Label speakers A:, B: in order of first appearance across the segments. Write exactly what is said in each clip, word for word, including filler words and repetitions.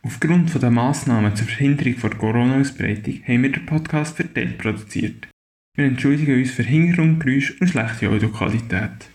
A: Aufgrund der Massnahmen zur Verhinderung der Corona-Ausbreitung haben wir den Podcast verteilt produziert. Wir entschuldigen uns für Hintergrundgeräusche und schlechte Audioqualität.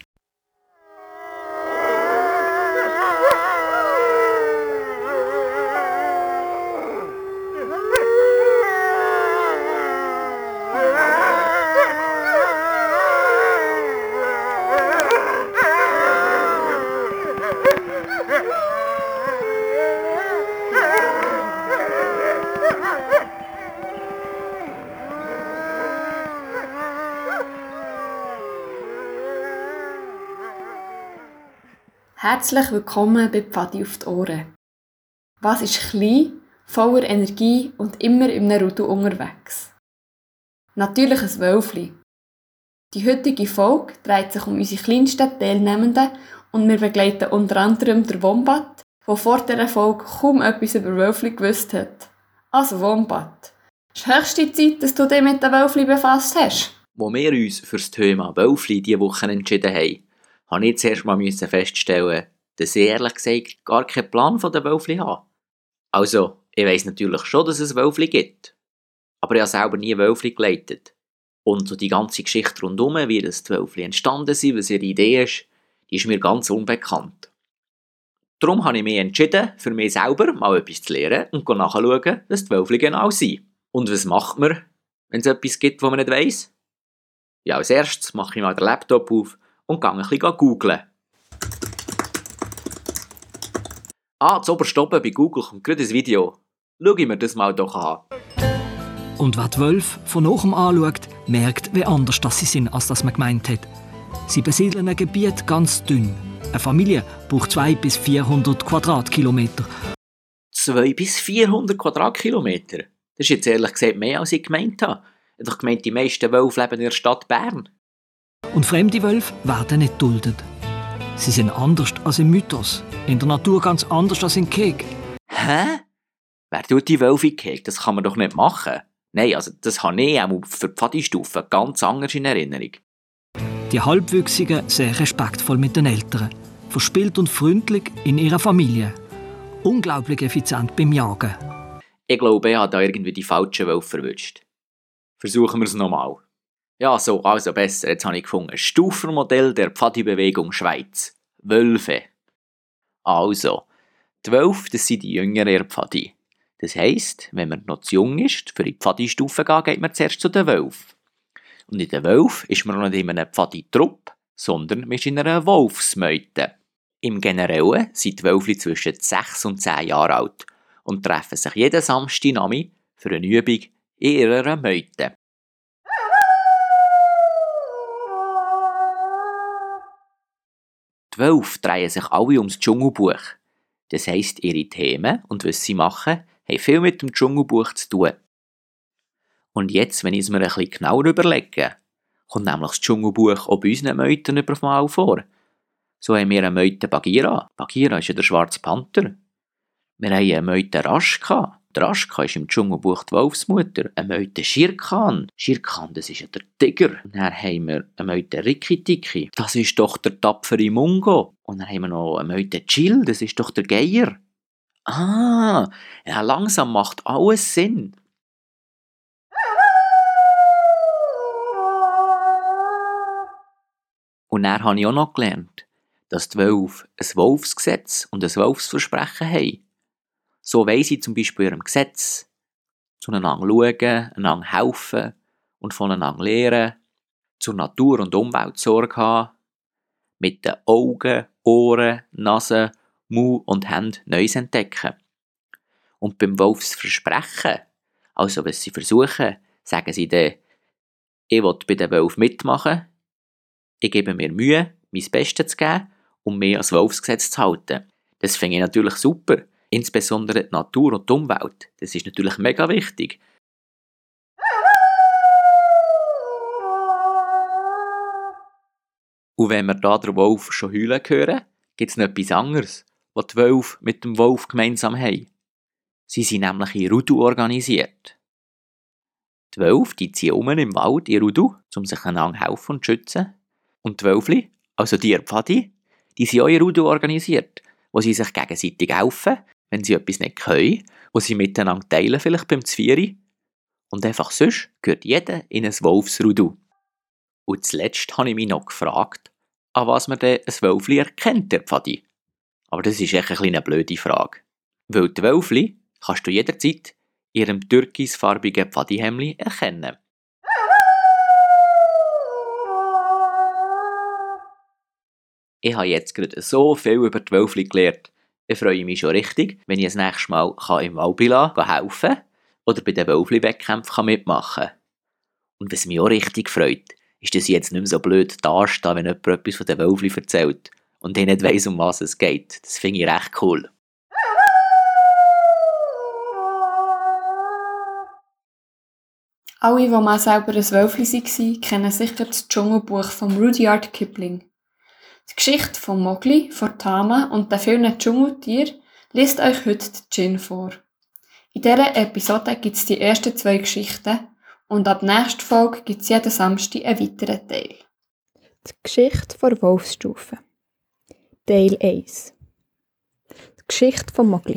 B: Herzlich willkommen bei Pfadi auf die Ohren. Was ist klein, voller Energie und immer im Rudel unterwegs? Natürlich ein Wölfli. Die heutige Folge dreht sich um unsere kleinsten Teilnehmenden und wir begleiten unter anderem den Wombat, der vor dieser Folge kaum etwas über Wölfli gewusst hat. Also Wombat, es ist höchste Zeit, dass du dich mit den Wölfli befasst hast.
C: Wo wir uns für das Thema Wölfli diese Woche entschieden haben, musste ich zuerst mal feststellen, dass ich ehrlich gesagt gar keinen Plan von den Wölfli habe. Also, ich weiss natürlich schon, dass es Wölfli gibt. Aber ich habe selber nie Wölfli geleitet. Und so die ganze Geschichte rundherum, wie das die Wölfli entstanden sind, was ihre Idee ist, die ist mir ganz unbekannt. Darum habe ich mich entschieden, für mich selber mal etwas zu lernen und nachzuschauen, was die Wölfli genau sind. Und was macht man, wenn es etwas gibt, was man nicht weiss? Ja, als erstes mache ich mal den Laptop auf und gehe ein bisschen googlen. Ah, zuoberst oben bei Google kommt gerade ein Video. Schau ich mir das mal doch an.
D: Und wer die Wölfe von nachem anschaut, merkt, wie anders das sie sind, als das man gemeint hat. Sie besiedeln ein Gebiet ganz dünn. Eine Familie braucht zweihundert bis vierhundert Quadratkilometer.
C: zweihundert bis vierhundert Quadratkilometer? Das ist jetzt ehrlich gesagt mehr, als ich gemeint habe. Ich habe doch gemeint, die meisten Wölfe leben in der Stadt Bern.
D: Und fremde Wölfe werden nicht geduldet. Sie sind anders als im Mythos. In der Natur ganz anders als in Keg.
C: Hä? Wer tut die Wölfe in Keg? Das kann man doch nicht machen. Nein, also das habe ich auch für die Pfadi-Stufe ganz anders in Erinnerung.
D: Die Halbwüchsigen sehr respektvoll mit den Eltern. Verspielt und freundlich in ihrer Familie. Unglaublich effizient beim Jagen.
C: Ich glaube, ich habe da irgendwie die falschen Wölfe erwischt. Versuchen wir es nochmal. Ja, so, also besser. Jetzt habe ich gefunden. Stufenmodell der Pfadi-Bewegung Schweiz. Wölfe. Also, die Wölfe, das sind die jüngeren Pfadi. Das heisst, wenn man noch zu jung ist, für die Pfadi-Stufe gehen, geht man zuerst zu den Wölfen. Und in den Wölfen ist man noch nicht in einem Pfadi-Trupp, sondern man ist in einer Wolfsmeute. Im Generellen sind die Wölfe zwischen sechs und zehn Jahren alt und treffen sich jeden Samstagnachmittag für eine Übung in ihrer Meute. Die Wölfe drehen sich alle ums Dschungelbuch. Das heisst, ihre Themen und was sie machen, haben viel mit dem Dschungelbuch zu tun. Und jetzt, wenn ich es mir ein bisschen genauer überlege, kommt nämlich das Dschungelbuch auch bei unseren Meuten überall vor. So haben wir eine Meute Bagheera. Bagheera ist ja der schwarze Panther. Wir haben eine Meute Raschka. Die Raschka ist im Dschungelbuch die Wolfsmutter. Eine Meute Shere Khan. Shere Khan, das ist ja der Tiger. Und dann haben wir eine Meute Rikki-Tikki. Das ist doch der tapfere Mungo. Und dann haben wir noch eine Meute Chill. Das ist doch der Geier. Ah, ja, langsam macht alles Sinn. Und dann habe ich auch noch gelernt, dass die Wölfe ein Wolfsgesetz und ein Wolfsversprechen haben. So weiss ich zum Beispiel in ihrem Gesetz, zueinander schauen, einander helfen und voneinander lernen, zur Natur und Umwelt Sorge haben, mit den Augen, Ohren, Nase, Mund und Händen Neues entdecken. Und beim Wolfsversprechen, also was sie versuchen, sagen sie dann, ich will bei den Wölfen mitmachen, ich gebe mir Mühe, mein Bestes zu geben und mich ans Wolfsgesetz zu halten. Das finde ich natürlich super. Insbesondere die Natur und die Umwelt. Das ist natürlich mega wichtig. Und wenn wir da den Wolf schon heulen hören, gibt es noch etwas anderes, was die Wölfe mit dem Wolf gemeinsam haben. Sie sind nämlich in Rudel organisiert. Die Wölfe die ziehen um im Wald in Rudel, um sich einander helfen und zu schützen. Und die Wölfli, also die Pfadi, die sind auch in Rudel organisiert, wo sie sich gegenseitig helfen wenn sie etwas nicht können, wo sie miteinander teilen, vielleicht beim Zvieri. Und einfach sonst gehört jeder in ein Wolfsrudel. Und zuletzt habe ich mich noch gefragt, an was man denn ein Wölfli erkennt, der Pfadi. Aber das ist echt eine blöde Frage. Weil die Wölfli kannst du jederzeit in ihrem türkisfarbigen Pfadihemli erkennen. Ich habe jetzt gerade so viel über die Wölfli gelernt. Ich freue mich schon richtig, wenn ich das nächste Mal im Walbila helfen kann oder bei den Wölfli-Wettkämpfen mitmachen kann. Und was mich auch richtig freut, ist, dass ich jetzt nicht mehr so blöd dastehe, wenn jemand etwas von den Wölfli erzählt und ich nicht weiss, um was es geht. Das finde ich recht cool.
B: Alle, die mal selber ein Wölfli waren, kennen sicher das Dschungelbuch von Rudyard Kipling. Die Geschichte von Mowgli, von Tama und den vielen Dschungeltieren liest euch heute Jin vor. In dieser Episode gibt es die ersten zwei Geschichten und ab nächster Folge gibt es jeden Samstag einen weiteren Teil.
E: Die Geschichte der Wolfsstufe. Teil eins. Die Geschichte von Mowgli.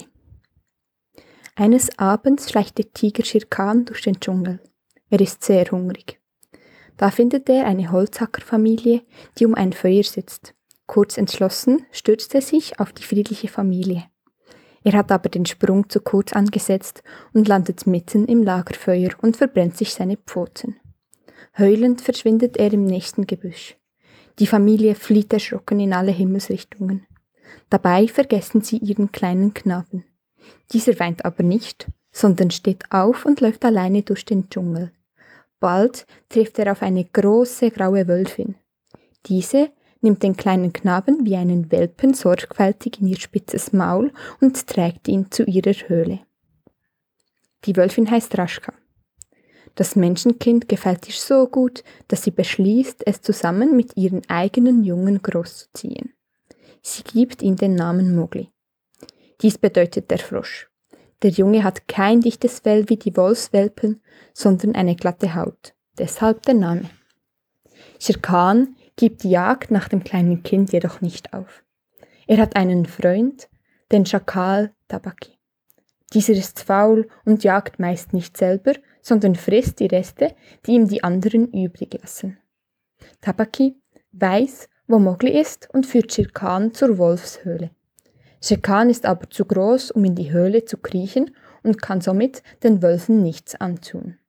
E: Eines Abends schleicht der Tiger Shere Khan durch den Dschungel. Er ist sehr hungrig. Da findet er eine Holzhackerfamilie, die um ein Feuer sitzt. Kurz entschlossen stürzt er sich auf die friedliche Familie. Er hat aber den Sprung zu kurz angesetzt und landet mitten im Lagerfeuer und verbrennt sich seine Pfoten. Heulend verschwindet er im nächsten Gebüsch. Die Familie flieht erschrocken in alle Himmelsrichtungen. Dabei vergessen sie ihren kleinen Knaben. Dieser weint aber nicht, sondern steht auf und läuft alleine durch den Dschungel. Bald trifft er auf eine große graue Wölfin. Diese nimmt den kleinen Knaben wie einen Welpen sorgfältig in ihr spitzes Maul und trägt ihn zu ihrer Höhle. Die Wölfin heißt Raschka. Das Menschenkind gefällt ihr so gut, dass sie beschließt, es zusammen mit ihren eigenen Jungen großzuziehen. Sie gibt ihm den Namen Mowgli. Dies bedeutet der Frosch. Der Junge hat kein dichtes Fell wie die Wolfswelpen, sondern eine glatte Haut. Deshalb der Name. Shere Khan gibt die Jagd nach dem kleinen Kind jedoch nicht auf. Er hat einen Freund, den Schakal Tabaki. Dieser ist faul und jagt meist nicht selber, sondern frisst die Reste, die ihm die anderen übrig lassen. Tabaki weiß, wo Mowgli ist und führt Shere Khan zur Wolfshöhle. Shere Khan ist aber zu groß, um in die Höhle zu kriechen und kann somit den Wölfen nichts antun.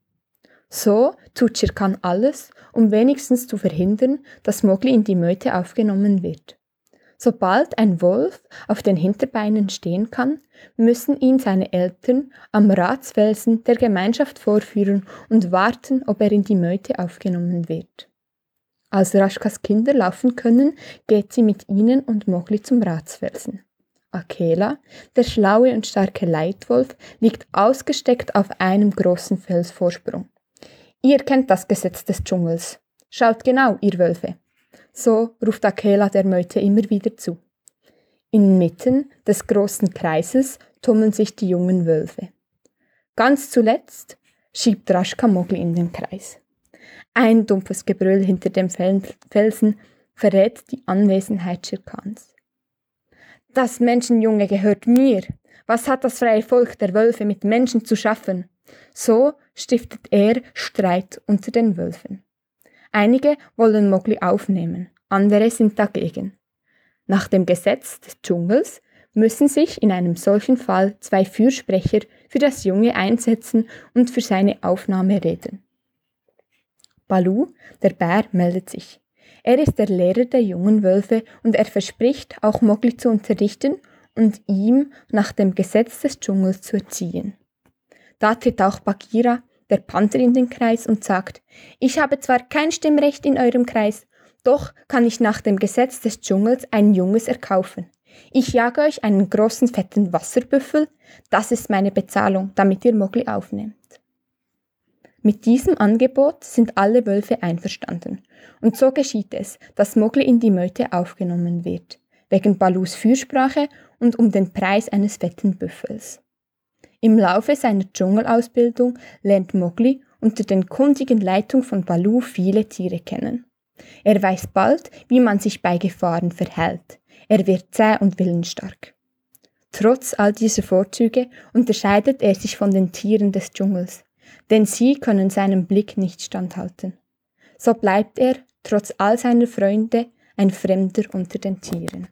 E: So tut Shere Khan alles, um wenigstens zu verhindern, dass Mowgli in die Meute aufgenommen wird. Sobald ein Wolf auf den Hinterbeinen stehen kann, müssen ihn seine Eltern am Ratsfelsen der Gemeinschaft vorführen und warten, ob er in die Meute aufgenommen wird. Als Raschkas Kinder laufen können, geht sie mit ihnen und Mowgli zum Ratsfelsen. Akela, der schlaue und starke Leitwolf, liegt ausgesteckt auf einem großen Felsvorsprung. Ihr kennt das Gesetz des Dschungels. Schaut genau, ihr Wölfe. So ruft Akela der Meute immer wieder zu. Inmitten des großen Kreises tummeln sich die jungen Wölfe. Ganz zuletzt schiebt Raschka Mowgli in den Kreis. Ein dumpfes Gebrüll hinter dem Felsen verrät die Anwesenheit Shere Khans. Das Menschenjunge gehört mir. Was hat das freie Volk der Wölfe mit Menschen zu schaffen? So stiftet er Streit unter den Wölfen. Einige wollen Mowgli aufnehmen, andere sind dagegen. Nach dem Gesetz des Dschungels müssen sich in einem solchen Fall zwei Fürsprecher für das Junge einsetzen und für seine Aufnahme reden. Baloo, der Bär, meldet sich. Er ist der Lehrer der jungen Wölfe und er verspricht, auch Mowgli zu unterrichten und ihm nach dem Gesetz des Dschungels zu erziehen. Da tritt auch Bagheera, der Panther, in den Kreis und sagt: Ich habe zwar kein Stimmrecht in eurem Kreis, doch kann ich nach dem Gesetz des Dschungels ein Junges erkaufen. Ich jage euch einen großen, fetten Wasserbüffel, das ist meine Bezahlung, damit ihr Mowgli aufnehmt. Mit diesem Angebot sind alle Wölfe einverstanden. Und so geschieht es, dass Mowgli in die Meute aufgenommen wird, wegen Baloos Fürsprache und um den Preis eines fetten Büffels. Im Laufe seiner Dschungelausbildung lernt Mowgli unter den kundigen Leitung von Baloo viele Tiere kennen. Er weiß bald, wie man sich bei Gefahren verhält. Er wird zäh und willensstark. Trotz all dieser Vorzüge unterscheidet er sich von den Tieren des Dschungels, denn sie können seinem Blick nicht standhalten. So bleibt er, trotz all seiner Freunde, ein Fremder unter den Tieren.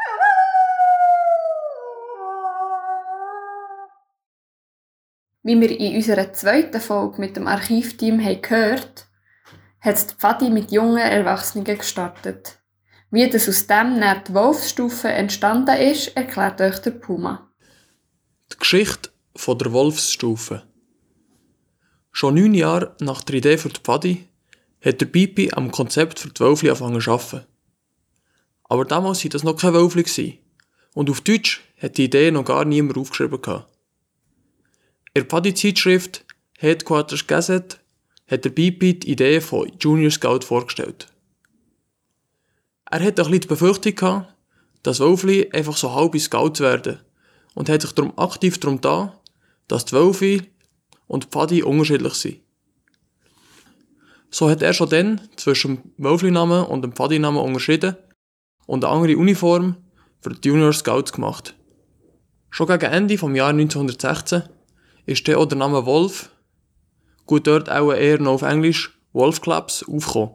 B: Wie wir in unserer zweiten Folge mit dem Archivteam haben gehört, hat die Pfadi mit jungen Erwachsenen gestartet. Wie das aus dem neben die Wolfsstufe entstanden ist, erklärt euch der Puma.
F: Die Geschichte von der Wolfsstufe. Schon neun Jahre nach der Idee für die Pfadi hat der Pipi am Konzept für die Wölfli angefangen zu arbeiten. Aber damals war das noch kein Wölfli und auf Deutsch hat die Idee noch gar niemand aufgeschrieben. In der Pfadi-Zeitschrift Headquarters Gazette hat der Pipi die Idee von Junior Scout vorgestellt. Er hatte ein bisschen die Befürchtung gehabt, dass Wölfli einfach so halbe Scouts werden und hat sich darum aktiv darum getan, dass die Wölfe und die Pfadi unterschiedlich sind. So hat er schon dann zwischen dem Wölfli-Namen und dem Pfadi-Namen unterschieden und eine andere Uniform für die Junior Scouts gemacht. Schon gegen Ende des Jahres neunzehnhundertsechzehn ist dann auch der Name Wolf, gut dort auch eher noch auf Englisch, Wolf Clubs, aufgekommen.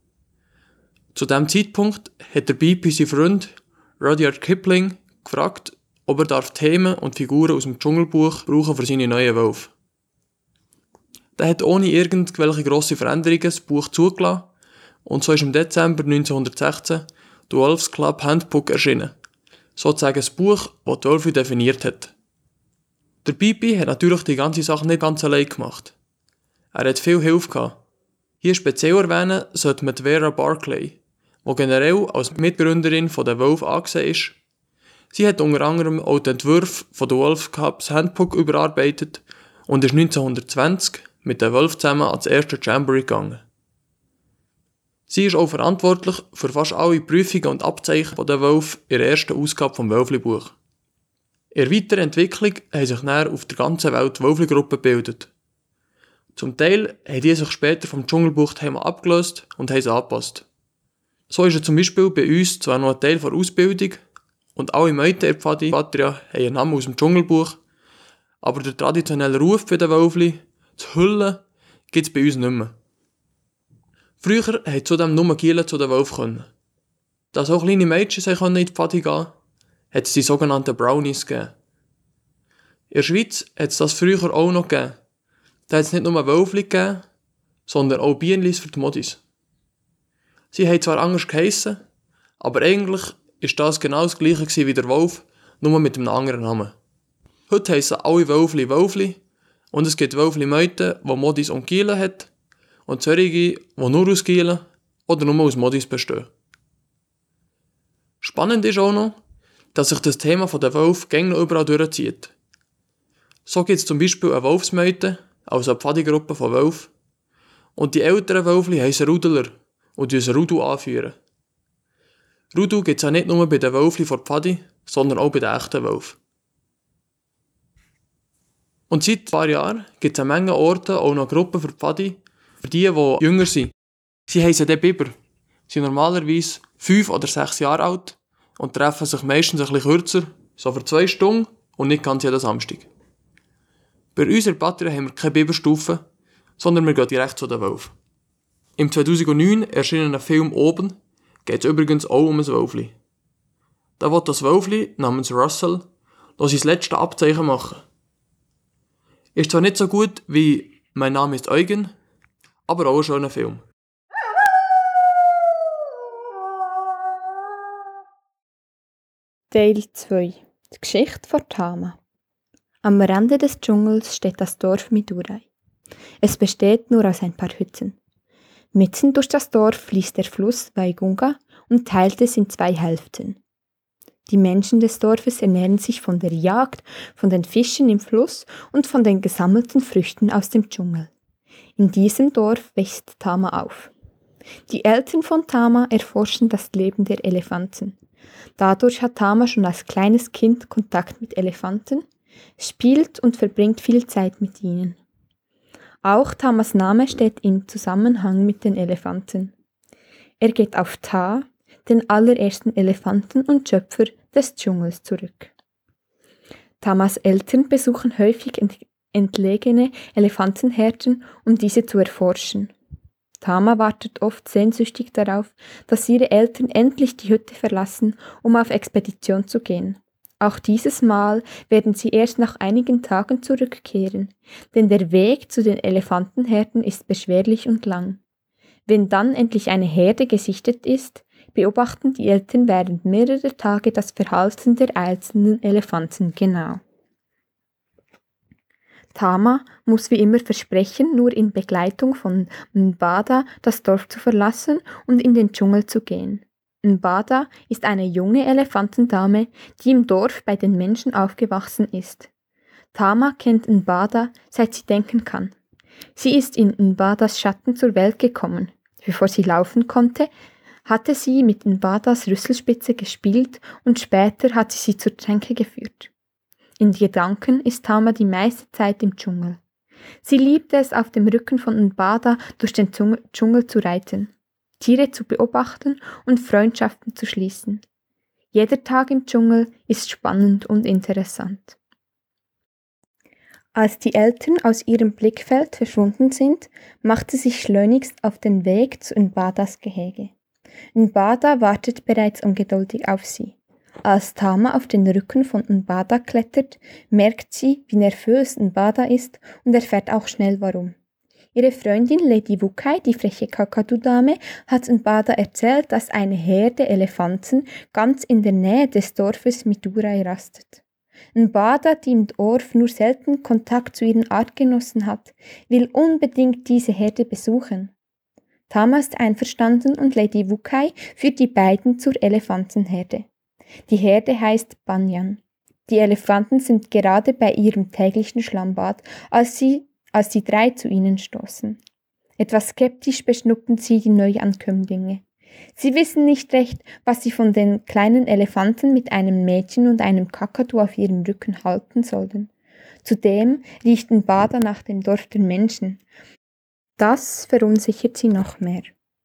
F: Zu diesem Zeitpunkt hat der Pipi seinen Freund Rudyard Kipling gefragt, ob er darf Themen und Figuren aus dem Dschungelbuch brauchen für seine neuen Wölfe. Der hat ohne irgendwelche grosse Veränderungen das Buch zugelassen und so ist im Dezember neunzehnhundertsechzehn der Wolf's Club Handbook erschienen. Sozusagen das Buch, das die Wölfe definiert hat. Der Pipi hat natürlich die ganze Sache nicht ganz allein gemacht. Er hat viel Hilfe gehabt. Hier speziell erwähnen sollte man Vera Barclay, die generell als Mitgründerin der Wölfe angesehen ist. Sie hat unter anderem auch den Entwurf von der Wolf Club's Handbook überarbeitet und ist neunzehnhundertzwanzig mit den Wölfen zusammen ans erste Jamboree gegangen. Sie ist auch verantwortlich für fast alle Prüfungen und Abzeichen der Wölfe in der ersten Ausgabe vom Wölfli-Buch. In der weiteren Entwicklung haben sich dann auf der ganzen Welt Wölfli-Gruppen gebildet. Zum Teil haben die sich später vom Dschungelbuch-Thema abgelöst und haben sie angepasst. So ist er zum Beispiel bei uns zwar noch ein Teil der Ausbildung und alle Meute in der Pfadi Patria haben einen Namen aus dem Dschungelbuch, aber der traditionelle Ruf bei den Wölfli, zu hüllen, gibt es bei uns nicht mehr. Früher konnten zudem nur Gielen zu den Wölfen können. Da so kleine Mädchen in die Pfadi gehen konnten, hat es die sogenannten Brownies gegeben. In der Schweiz hat es das früher auch noch gegeben. Da hat es nicht nur Wölfli gegeben, sondern auch Bienenlis für die Modis. Sie haben zwar anders geheissen, aber eigentlich war das genau das gleiche wie der Wolf, nur mit einem anderen Namen. Heute heissen alle Wölfli Wölfli und es gibt Wölfli-Meuten, die Modis und Gielen hat und solche, die nur aus Gielen oder nur aus Modis bestehen. Spannend ist auch noch, dass sich das Thema der Wölfe gängig noch überall durchzieht. So gibt es zum Beispiel eine Wolfsmeute, also eine Pfadigruppe von Wölfen, und die älteren Wölfli heissen Rudeler und führen Rudu anführen. Rudu gibt es auch nicht nur bei den Wölfli von Pfadi, sondern auch bei den echten Wölfen. Und seit ein paar Jahren gibt es an Menge Orten auch noch Gruppen für Pfadi, für die, die jünger sind. Sie heissen dann Biber, sind normalerweise fünf oder sechs Jahre alt und treffen sich meistens ein bisschen kürzer, so für zwei Stunden und nicht ganz jeden Samstag. Bei uns in der Patria haben wir keine Biberstufe, sondern wir gehen direkt zu den Wölfen. Im zweitausendneun erschienenen Film «Oben» geht es übrigens auch um ein Wölfli. Da will das Wölfli namens Russell noch sein letztes Abzeichen machen. Ist zwar nicht so gut wie «Mein Name ist Eugen», aber auch ein schöner Film.
E: Teil zwei. Die Geschichte von Tama. Am Rande des Dschungels steht das Dorf Midurai. Es besteht nur aus ein paar Hütten. Mitten durch das Dorf fließt der Fluss Waigunga und teilt es in zwei Hälften. Die Menschen des Dorfes ernähren sich von der Jagd, von den Fischen im Fluss und von den gesammelten Früchten aus dem Dschungel. In diesem Dorf wächst Tama auf. Die Eltern von Tama erforschen das Leben der Elefanten. Dadurch hat Tama schon als kleines Kind Kontakt mit Elefanten, spielt und verbringt viel Zeit mit ihnen. Auch Tamas Name steht im Zusammenhang mit den Elefanten. Er geht auf Ta, den allerersten Elefanten und Schöpfer des Dschungels, zurück. Tamas Eltern besuchen häufig ent- entlegene Elefantenherden, um diese zu erforschen. Tama wartet oft sehnsüchtig darauf, dass ihre Eltern endlich die Hütte verlassen, um auf Expedition zu gehen. Auch dieses Mal werden sie erst nach einigen Tagen zurückkehren, denn der Weg zu den Elefantenherden ist beschwerlich und lang. Wenn dann endlich eine Herde gesichtet ist, beobachten die Eltern während mehrerer Tage das Verhalten der einzelnen Elefanten genau. Tama muss wie immer versprechen, nur in Begleitung von Mbada das Dorf zu verlassen und in den Dschungel zu gehen. Mbada ist eine junge Elefantendame, die im Dorf bei den Menschen aufgewachsen ist. Tama kennt Mbada, seit sie denken kann. Sie ist in Mbadas Schatten zur Welt gekommen. Bevor sie laufen konnte, hatte sie mit Mbadas Rüsselspitze gespielt und später hat sie sie zur Tränke geführt. In Gedanken ist Tama die meiste Zeit im Dschungel. Sie liebte es, auf dem Rücken von Mbada durch den Dschungel zu reiten, Tiere zu beobachten und Freundschaften zu schließen. Jeder Tag im Dschungel ist spannend und interessant. Als die Eltern aus ihrem Blickfeld verschwunden sind, machte sich schleunigst auf den Weg zu Mbadas Gehege. Mbada wartet bereits ungeduldig auf sie. Als Tama auf den Rücken von Mbada klettert, merkt sie, wie nervös Mbada ist und erfährt auch schnell warum. Ihre Freundin Lady Wukai, die freche Kakadu-Dame, hat Mbada erzählt, dass eine Herde Elefanten ganz in der Nähe des Dorfes Midurai rastet. Mbada, die im Dorf nur selten Kontakt zu ihren Artgenossen hat, will unbedingt diese Herde besuchen. Tama ist einverstanden und Lady Wukai führt die beiden zur Elefantenherde. Die Herde heißt Banyan. Die Elefanten sind gerade bei ihrem täglichen Schlammbad, als sie, als die drei zu ihnen stoßen. Etwas skeptisch beschnuppern sie die Neuankömmlinge. Sie wissen nicht recht, was sie von den kleinen Elefanten mit einem Mädchen und einem Kakadu auf ihrem Rücken halten sollen. Zudem riecht Mbada nach dem Dorf der Menschen. Das verunsichert sie noch mehr.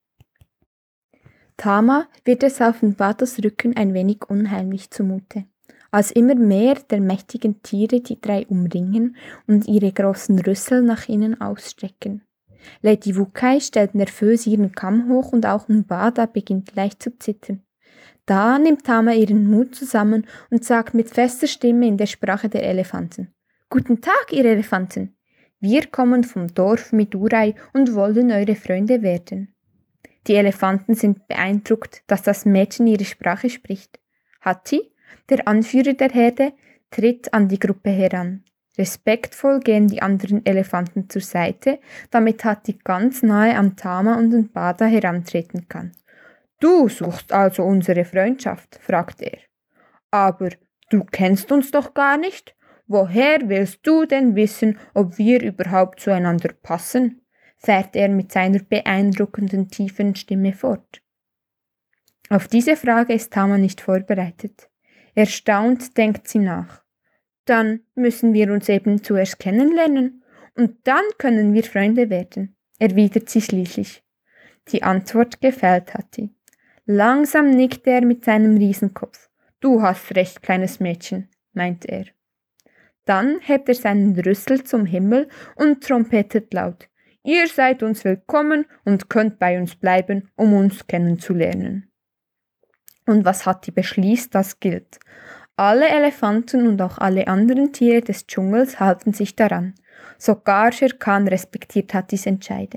E: Tama wird es auf Mbadas Rücken ein wenig unheimlich zumute, als immer mehr der mächtigen Tiere die drei umringen und ihre großen Rüssel nach ihnen ausstrecken. Lady Wukai stellt nervös ihren Kamm hoch und auch Mbada beginnt leicht zu zittern. Da nimmt Tama ihren Mut zusammen und sagt mit fester Stimme in der Sprache der Elefanten: »Guten Tag, ihr Elefanten! Wir kommen vom Dorf Midurai und wollen eure Freunde werden.« Die Elefanten sind beeindruckt, dass das Mädchen ihre Sprache spricht. Hatti, der Anführer der Herde, tritt an die Gruppe heran. Respektvoll gehen die anderen Elefanten zur Seite, damit Hatti ganz nahe an Tama und Mbada herantreten kann. »Du suchst also unsere Freundschaft?« fragt er. »Aber du kennst uns doch gar nicht. Woher willst du denn wissen, ob wir überhaupt zueinander passen?« fährt er mit seiner beeindruckenden tiefen Stimme fort. Auf diese Frage ist Tama nicht vorbereitet. Erstaunt denkt sie nach. »Dann müssen wir uns eben zuerst kennenlernen und dann können wir Freunde werden«, erwidert sie schließlich. Die Antwort gefällt Hatti. Langsam nickt er mit seinem Riesenkopf. »Du hast recht, kleines Mädchen«, meint er. Dann hebt er seinen Rüssel zum Himmel und trompetet laut. »Ihr seid uns willkommen und könnt bei uns bleiben, um uns kennenzulernen.« Und was Hatti beschließt, das gilt. Alle Elefanten und auch alle anderen Tiere des Dschungels halten sich daran. Sogar Shere Khan respektiert Hattis Entscheide.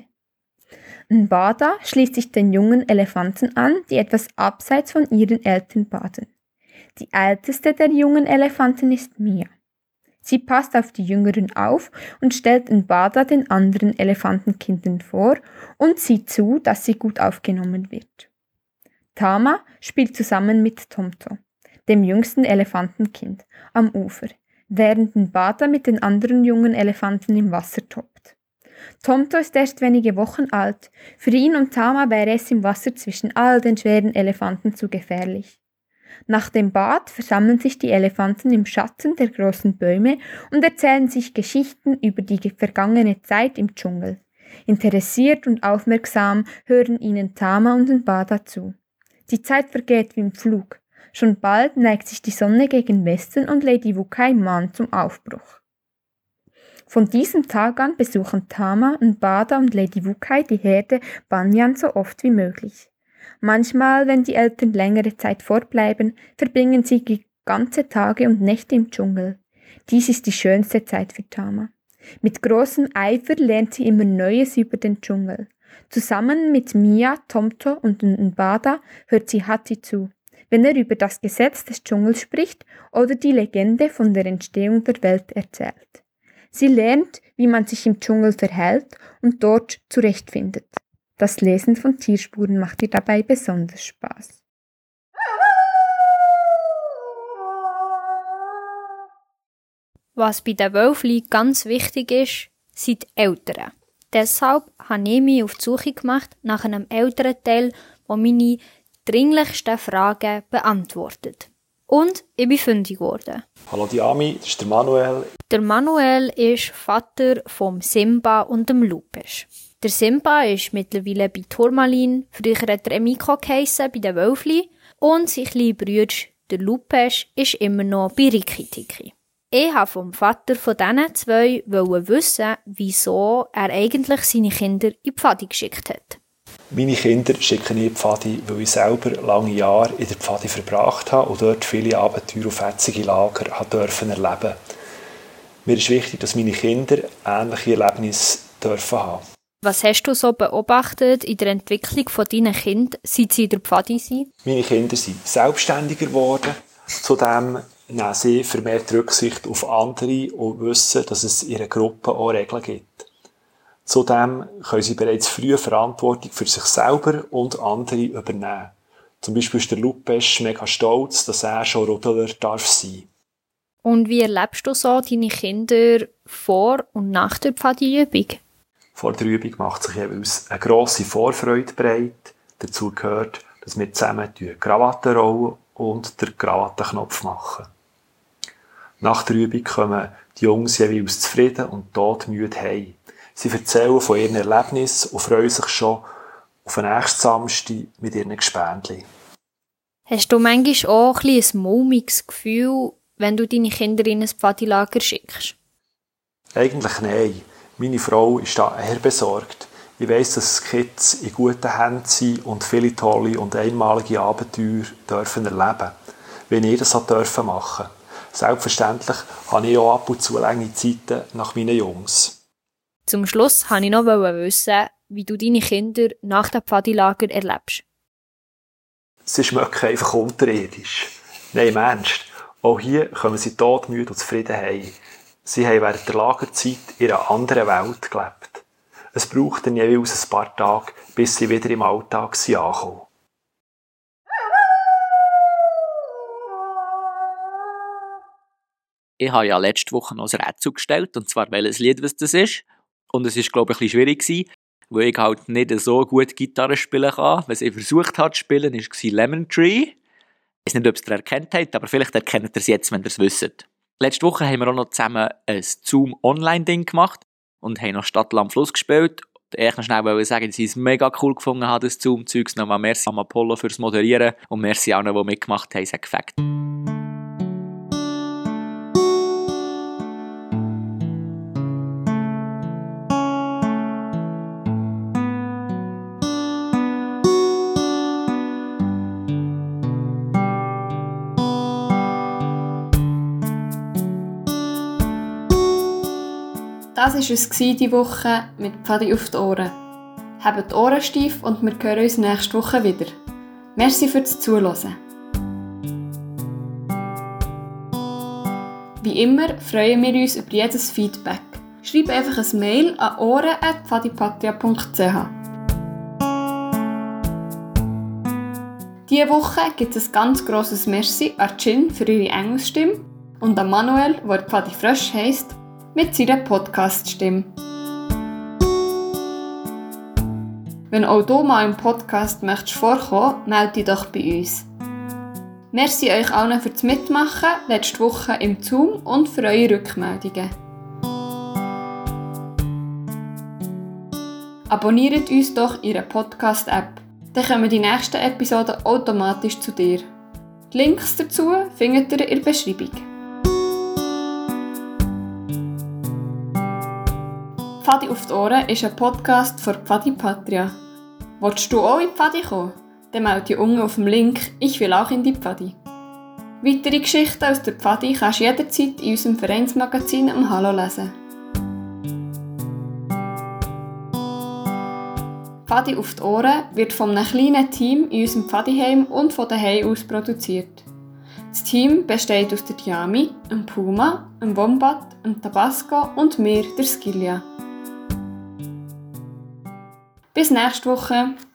E: Mbada schließt sich den jungen Elefanten an, die etwas abseits von ihren Eltern baden. Die älteste der jungen Elefanten ist Mia. Sie passt auf die Jüngeren auf und stellt Mbada den anderen Elefantenkindern vor und sieht zu, dass sie gut aufgenommen wird. Tama spielt zusammen mit Tomto, dem jüngsten Elefantenkind, am Ufer, während Mbada mit den anderen jungen Elefanten im Wasser tobt. Tomto ist erst wenige Wochen alt. Für ihn und Tama wäre es im Wasser zwischen all den schweren Elefanten zu gefährlich. Nach dem Bad versammeln sich die Elefanten im Schatten der großen Bäume und erzählen sich Geschichten über die vergangene Zeit im Dschungel. Interessiert und aufmerksam hören ihnen Tama und Mbada zu. Die Zeit vergeht wie im Flug. Schon bald neigt sich die Sonne gegen Westen und Lady Wukai mahnt zum Aufbruch. Von diesem Tag an besuchen Tama, Bada und Lady Wukai die Herde Banyan so oft wie möglich. Manchmal, wenn die Eltern längere Zeit fortbleiben, verbringen sie ganze Tage und Nächte im Dschungel. Dies ist die schönste Zeit für Tama. Mit großem Eifer lernt sie immer Neues über den Dschungel. Zusammen mit Mia, Tomto und Bada hört sie Hati zu, wenn er über das Gesetz des Dschungels spricht oder die Legende von der Entstehung der Welt erzählt. Sie lernt, wie man sich im Dschungel verhält und dort zurechtfindet. Das Lesen von Tierspuren macht ihr dabei besonders Spaß.
G: Was bei den Wölfli ganz wichtig ist, sind die Eltern. Deshalb habe ich mich auf die Suche gemacht nach einem Elternteil, der meine dringlichsten Fragen beantwortet. Und ich bin fündig geworden.
H: Hallo Diami, das ist der Manuel.
G: Der Manuel ist Vater von Simba und dem Lupes. Der Simba ist mittlerweile bei Turmalin, früher hat er Emiko geheissen, bei den Wölfli. Und sein kleiner Bruder, der Lupes, ist immer noch bei Riki Tiki. Ich wollte vom Vater von diesen zwei wissen, wieso er eigentlich seine Kinder in die Pfadi geschickt hat.
H: Meine Kinder schicken ich in die Pfadi, weil ich selber lange Jahre in der Pfadi verbracht habe und dort viele Abenteuer und fetzige Lager dürfen erleben. Mir ist wichtig, dass meine Kinder ähnliche Erlebnisse dürfen haben.
G: Was hast du so beobachtet in der Entwicklung von deinen Kindern, seit sie in der Pfadi sind?
H: Meine Kinder sind selbstständiger geworden. Zudem nehmen sie vermehrt Rücksicht auf andere und wissen, dass es in einer Gruppe auch Regeln gibt. Zudem können sie bereits früh Verantwortung für sich selber und andere übernehmen. Zum Beispiel ist der Lupes mega stolz, dass er schon Rudeler darf sein.
G: Und wie erlebst du so deine Kinder vor und nach der Pfadi-Übung?
H: Vor der Übung macht sich jeweils eine grosse Vorfreude breit. Dazu gehört, dass wir zusammen die Krawatte rollen und den Krawattenknopf machen. Nach der Übung kommen die Jungs jeweils zufrieden und todmüde heim. Sie erzählen von ihren Erlebnissen und freuen sich schon auf den nächsten Samstag mit ihren Gespendli.
G: Hast du manchmal auch ein, ein mulmiges Gefühl, wenn du deine Kinder in ein Pfadilager schickst?
H: Eigentlich nein. Meine Frau ist da eher besorgt. Ich weiss, dass die Kids in guten Händen sind und viele tolle und einmalige Abenteuer dürfen erleben, wenn ich das machen dürfen. Selbstverständlich habe ich auch ab und zu lange Zeiten nach meinen Jungs.
G: Zum Schluss wollte ich noch wissen, wie du deine Kinder nach dem Pfadilager erlebst.
H: Sie schmecken einfach unterirdisch. Nein, im Ernst. Auch hier kommen sie todmüde und zufrieden heim. Sie haben während der Lagerzeit in einer anderen Welt gelebt. Es braucht dann jeweils ein paar Tage, bis sie wieder im Alltag sind ankommen.
C: Ich habe ja letzte Woche noch ein Rätsel gestellt, und zwar welches Lied was das ist. Und es war, glaube ich, ein bisschen schwierig gewesen, weil ich halt nicht so gut Gitarre spielen kann. Was ich versucht habe zu spielen, war Lemon Tree. Ich weiß nicht, ob ihr es erkannt habt, aber vielleicht erkennt ihr es jetzt, wenn ihr es wisst. Letzte Woche haben wir auch noch zusammen ein Zoom-Online-Ding gemacht und haben noch Stadt, Land, Fluss gespielt. Ich noch schnell sagen, dass ich es mega cool gefunden habe, das Zoom-Zeugs. Nochmal merci am Apollo fürs Moderieren und merci allen, die mitgemacht haben, es hat gefällt.
B: Das war es diese Woche mit Pfadi auf die Ohren. Habt die Ohren steif und wir hören uns nächste Woche wieder. Merci fürs Zuhören. Wie immer freuen wir uns über jedes Feedback. Schreib einfach ein Mail an ohren at pfadipatria punkt c h. Diese Woche gibt es ein ganz grosses Merci an Jin für ihre Engelsstimme und an Manuel, der Pfadi Frösch heisst, mit seiner Podcast-Stimme. Wenn auch du mal im Podcast möchtest vorkommen, melde dich doch bei uns. Merci euch allen fürs Mitmachen letzte Woche im Zoom und für eure Rückmeldungen. Abonniert uns doch in ihrer Podcast-App, dann kommen die nächsten Episoden automatisch zu dir. Die Links dazu findet ihr in der Beschreibung. Pfadi auf die Ohren ist ein Podcast von Pfadi Patria. Willst du auch in die Pfadi kommen? Dann melde dich unten auf dem Link «Ich will auch in die Pfadi». Weitere Geschichten aus der Pfadi kannst du jederzeit in unserem Vereinsmagazin am Hallo lesen. Pfadi auf die Ohren wird von einem kleinen Team in unserem Pfadiheim und von daheim aus produziert. Das Team besteht aus der Diami, dem Puma, dem Wombat, dem Tabasco und mir, der Skilja. Bis nächste Woche!